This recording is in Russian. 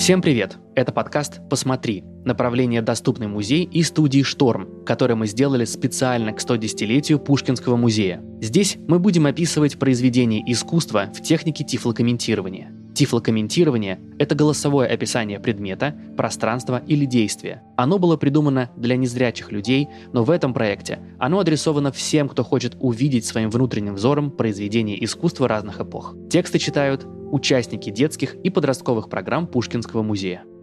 Всем привет! Это подкаст «Посмотри» – направление «Доступный музей» и студии «Шторм», который мы сделали специально к 110-летию Пушкинского музея. Здесь мы будем описывать произведения искусства в технике тифлокомментирования. Тифлокомментирование – это голосовое описание предмета, пространства или действия. Оно было придумано для незрячих людей, но в этом проекте оно адресовано всем, кто хочет увидеть своим внутренним взором произведения искусства разных эпох. Тексты читают участники детских и подростковых программ Пушкинского музея.